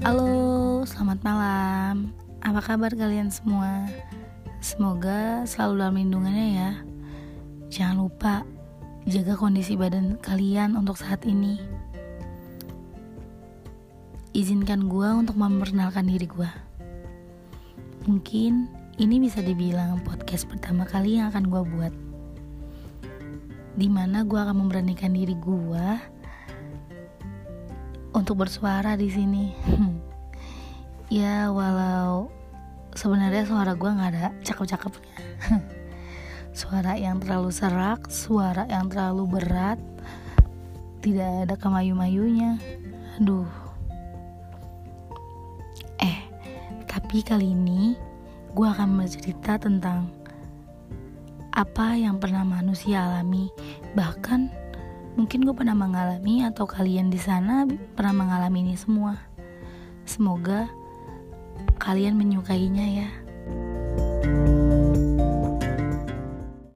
Halo, selamat malam. Apa kabar kalian semua? Semoga selalu dalam lindungannya ya. Jangan lupa jaga kondisi badan kalian untuk saat ini. Izinkan gue untuk memperkenalkan diri gue. Mungkin ini bisa dibilang podcast pertama kali yang akan gue buat, dimana gue akan memberanikan diri gue untuk bersuara di sini. Ya, walau sebenarnya suara gue nggak ada cakep-cakepnya. Suara yang terlalu serak, suara yang terlalu berat, tidak ada kemayu-mayunya. Aduh. Tapi kali ini gue akan bercerita tentang apa yang pernah manusia alami. Bahkan mungkin gue pernah mengalami, atau kalian di sana pernah mengalami ini semua. Semoga kalian menyukainya ya.